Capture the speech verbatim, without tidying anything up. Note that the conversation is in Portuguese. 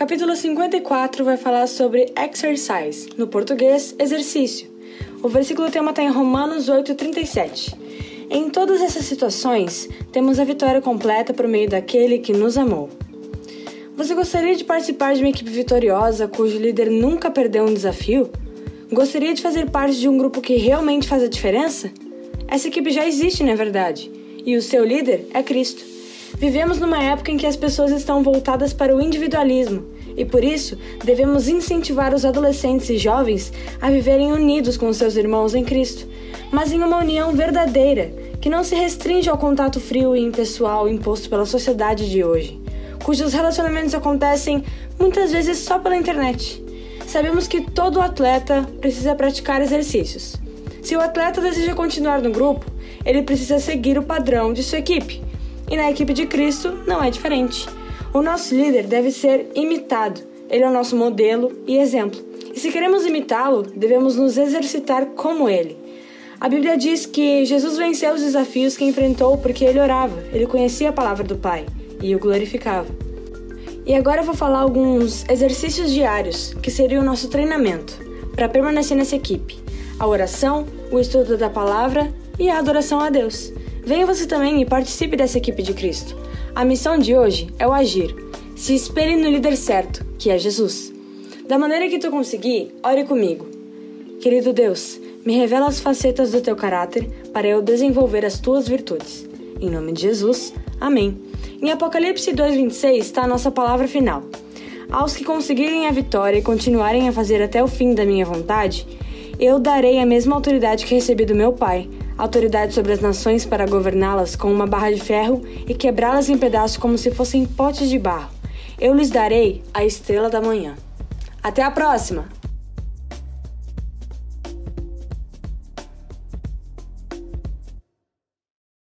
Capítulo cinquenta e quatro vai falar sobre exercise, no português, exercício. O versículo tema está em Romanos oito, trinta e sete. Em todas essas situações, temos a vitória completa por meio daquele que nos amou. Você gostaria de participar de uma equipe vitoriosa cujo líder nunca perdeu um desafio? Gostaria de fazer parte de um grupo que realmente faz a diferença? Essa equipe já existe, não é verdade? E o seu líder é Cristo. Vivemos numa época em que as pessoas estão voltadas para o individualismo e, por isso, devemos incentivar os adolescentes e jovens a viverem unidos com seus irmãos em Cristo, mas em uma união verdadeira, que não se restringe ao contato frio e impessoal imposto pela sociedade de hoje, cujos relacionamentos acontecem muitas vezes só pela internet. Sabemos que todo atleta precisa praticar exercícios. Se o atleta deseja continuar no grupo, ele precisa seguir o padrão de sua equipe. E na equipe de Cristo não é diferente. O nosso líder deve ser imitado. Ele é o nosso modelo e exemplo. E se queremos imitá-lo, devemos nos exercitar como ele. A Bíblia diz que Jesus venceu os desafios que enfrentou porque ele orava, ele conhecia a palavra do Pai e o glorificava. E agora eu vou falar alguns exercícios diários, que seria o nosso treinamento, para permanecer nessa equipe. A oração, o estudo da palavra e a adoração a Deus. Venha você também e participe dessa equipe de Cristo. A missão de hoje é o agir. Se espelhe no líder certo, que é Jesus. Da maneira que tu conseguir, ore comigo. Querido Deus, me revela as facetas do teu caráter para eu desenvolver as tuas virtudes. Em nome de Jesus, amém. Em Apocalipse dois, vinte e seis está a nossa palavra final. Aos que conseguirem a vitória e continuarem a fazer até o fim da minha vontade, eu darei a mesma autoridade que recebi do meu Pai, autoridade sobre as nações para governá-las com uma barra de ferro e quebrá-las em pedaços como se fossem potes de barro. Eu lhes darei a estrela da manhã. Até a próxima!